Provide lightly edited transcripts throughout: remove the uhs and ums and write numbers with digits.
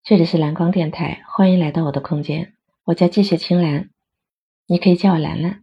这里是蓝光电台，欢迎来到我的空间，我叫季雪青兰，你可以叫我兰兰。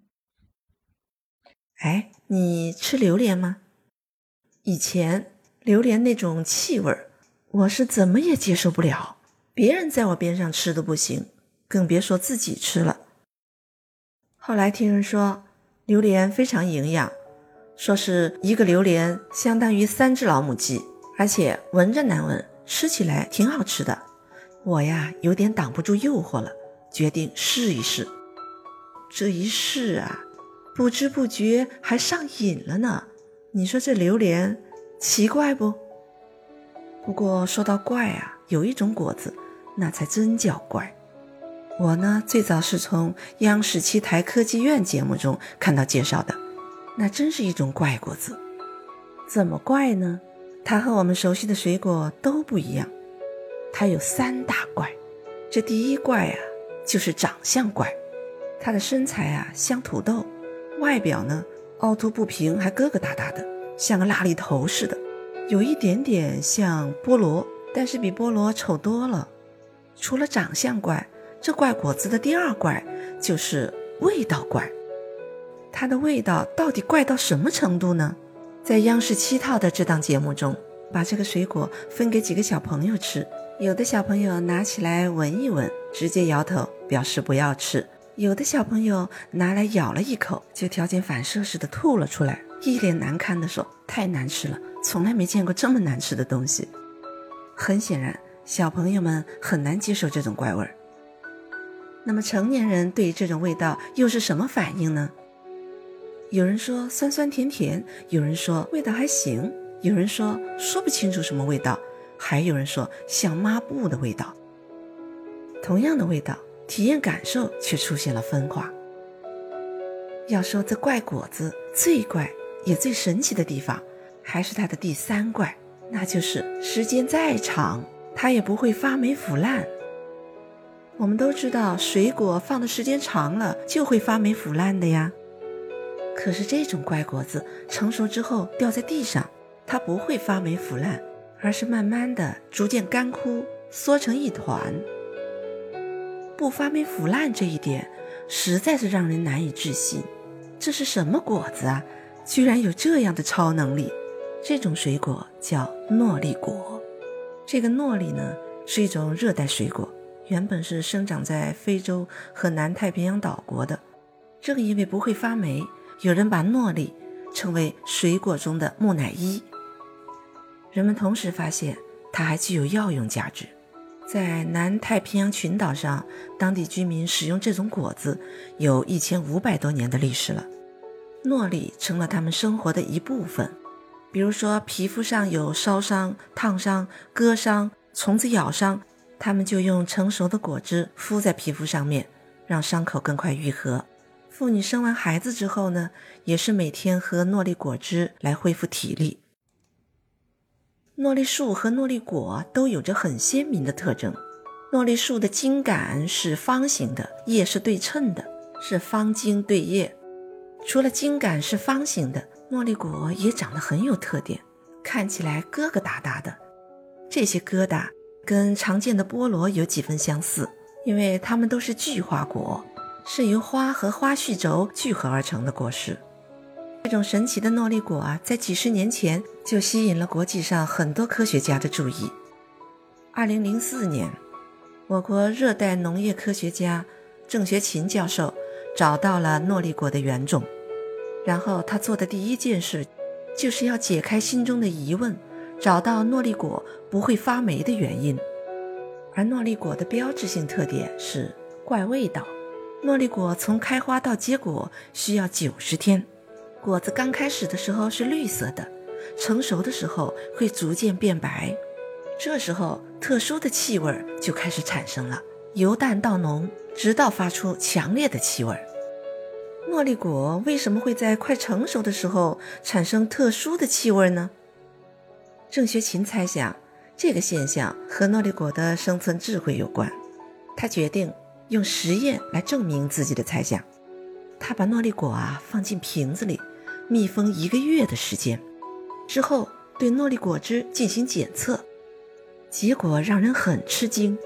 哎，你吃榴莲吗？以前榴莲那种气味我是怎么也接受不了，别人在我边上吃都不行，更别说自己吃了。后来听人说榴莲非常营养，说是一个榴莲相当于3只老母鸡，而且闻着难闻，吃起来挺好吃的。我呀有点挡不住诱惑了，决定试一试。这一试啊，不知不觉还上瘾了呢。你说这榴莲奇怪不？不过说到怪啊，有一种果子那才真叫怪。我呢最早是从央视7台科技院节目中看到介绍的，那真是一种怪果子。怎么怪呢？它和我们熟悉的水果都不一样，它有3大怪。这第一怪啊就是长相怪，它的身材啊像土豆，外表呢凹凸不平，还疙疙瘩瘩的，像个蜡梨头似的，有一点点像菠萝，但是比菠萝丑多了。除了长相怪，这怪果子的第2怪就是味道怪。它的味道到底怪到什么程度呢？在央视7套的这档节目中，把这个水果分给几个小朋友吃，有的小朋友拿起来闻一闻，直接摇头表示不要吃，有的小朋友拿来咬了一口，就条件反射似的吐了出来，一脸难堪地说太难吃了，从来没见过这么难吃的东西。很显然小朋友们很难接受这种怪味。那么成年人对于这种味道又是什么反应呢？有人说酸酸甜甜，有人说味道还行，有人说说不清楚什么味道，还有人说像抹布的味道。同样的味道，体验感受却出现了分化。要说这怪果子最怪也最神奇的地方，还是它的第3怪，那就是时间再长它也不会发霉腐烂。我们都知道水果放的时间长了就会发霉腐烂的呀，可是这种怪果子成熟之后掉在地上，它不会发霉腐烂，而是慢慢的逐渐干枯，缩成一团。不发霉腐烂这一点实在是让人难以置信，这是什么果子啊，居然有这样的超能力。这种水果叫诺丽果。这个诺丽呢是一种热带水果，原本是生长在非洲和南太平洋岛国的。正因为不会发霉，有人把诺丽称为水果中的木乃伊。人们同时发现它还具有药用价值。在南太平洋群岛上，当地居民使用这种果子有1500多年的历史了。诺丽成了他们生活的一部分，比如说皮肤上有烧伤、烫伤、割伤、虫子咬伤，他们就用成熟的果汁敷在皮肤上面，让伤口更快愈合。妇女生完孩子之后呢，也是每天喝诺丽果汁来恢复体力。诺丽树和诺丽果都有着很鲜明的特征。诺丽树的茎杆是方形的，叶是对称的，是方茎对叶。除了茎杆是方形的，诺丽果也长得很有特点，看起来疙疙瘩瘩的。这些疙瘩跟常见的菠萝有几分相似，因为它们都是聚花果，是由花和花序轴聚合而成的果实。这种神奇的诺丽果啊，在几十年前就吸引了国际上很多科学家的注意。2004年，我国热带农业科学家郑学勤教授找到了诺丽果的原种，然后他做的第一件事就是要解开心中的疑问，找到诺丽果不会发霉的原因。而诺丽果的标志性特点是怪味道。诺丽果从开花到结果需要90天，果子刚开始的时候是绿色的，成熟的时候会逐渐变白，这时候特殊的气味就开始产生了，由淡到浓，直到发出强烈的气味。诺丽果为什么会在快成熟的时候产生特殊的气味呢？郑学勤猜想，这个现象和诺丽果的生存智慧有关。他决定用实验来证明自己的猜想。他把诺丽果放进瓶子里，密封1个月的时间，之后对诺丽果汁进行检测，结果让人很吃惊。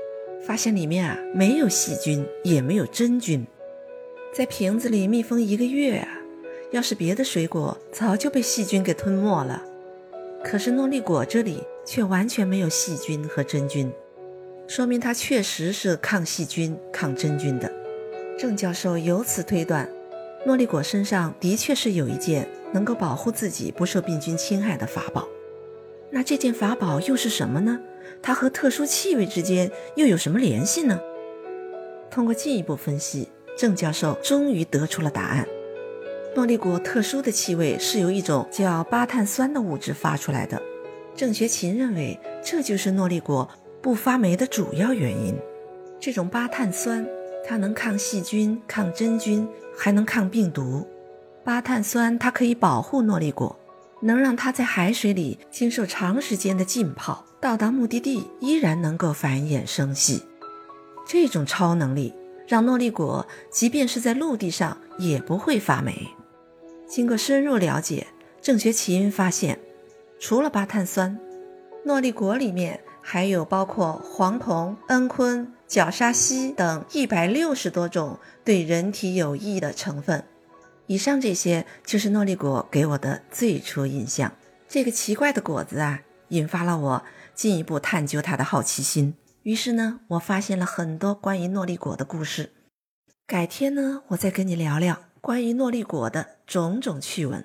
发现里面没有细菌，也没有真菌。在瓶子里密封1个月要是别的水果早就被细菌给吞没了，可是诺丽果这里却完全没有细菌和真菌，说明它确实是抗细菌、抗真菌的。郑教授由此推断，诺丽果身上的确是有一件能够保护自己不受病菌侵害的法宝。那这件法宝又是什么呢？它和特殊气味之间又有什么联系呢？通过进一步分析，郑教授终于得出了答案。诺丽果特殊的气味是由一种叫巴碳酸的物质发出来的。郑学勤认为这就是诺丽果不发霉的主要原因。这种巴碳酸它能抗细菌、抗真菌，还能抗病毒。巴碳酸它可以保护诺丽果，能让它在海水里经受长时间的浸泡，到达目的地依然能够繁衍生息。这种超能力让诺丽果即便是在陆地上也不会发霉。经过深入了解，郑学勤发现，除了巴碳酸，诺丽果里面还有包括黄酮、蒽醌、角鲨烯等160多种对人体有益的成分。以上这些就是诺丽果给我的最初印象。这个奇怪的果子引发了我进一步探究它的好奇心。于是呢，我发现了很多关于诺丽果的故事。改天呢，我再跟你聊聊关于诺丽果的种种趣闻。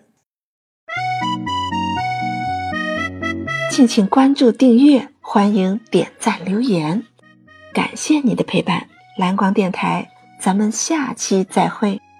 敬请关注订阅，欢迎点赞留言，感谢你的陪伴。蓝光电台，咱们下期再会。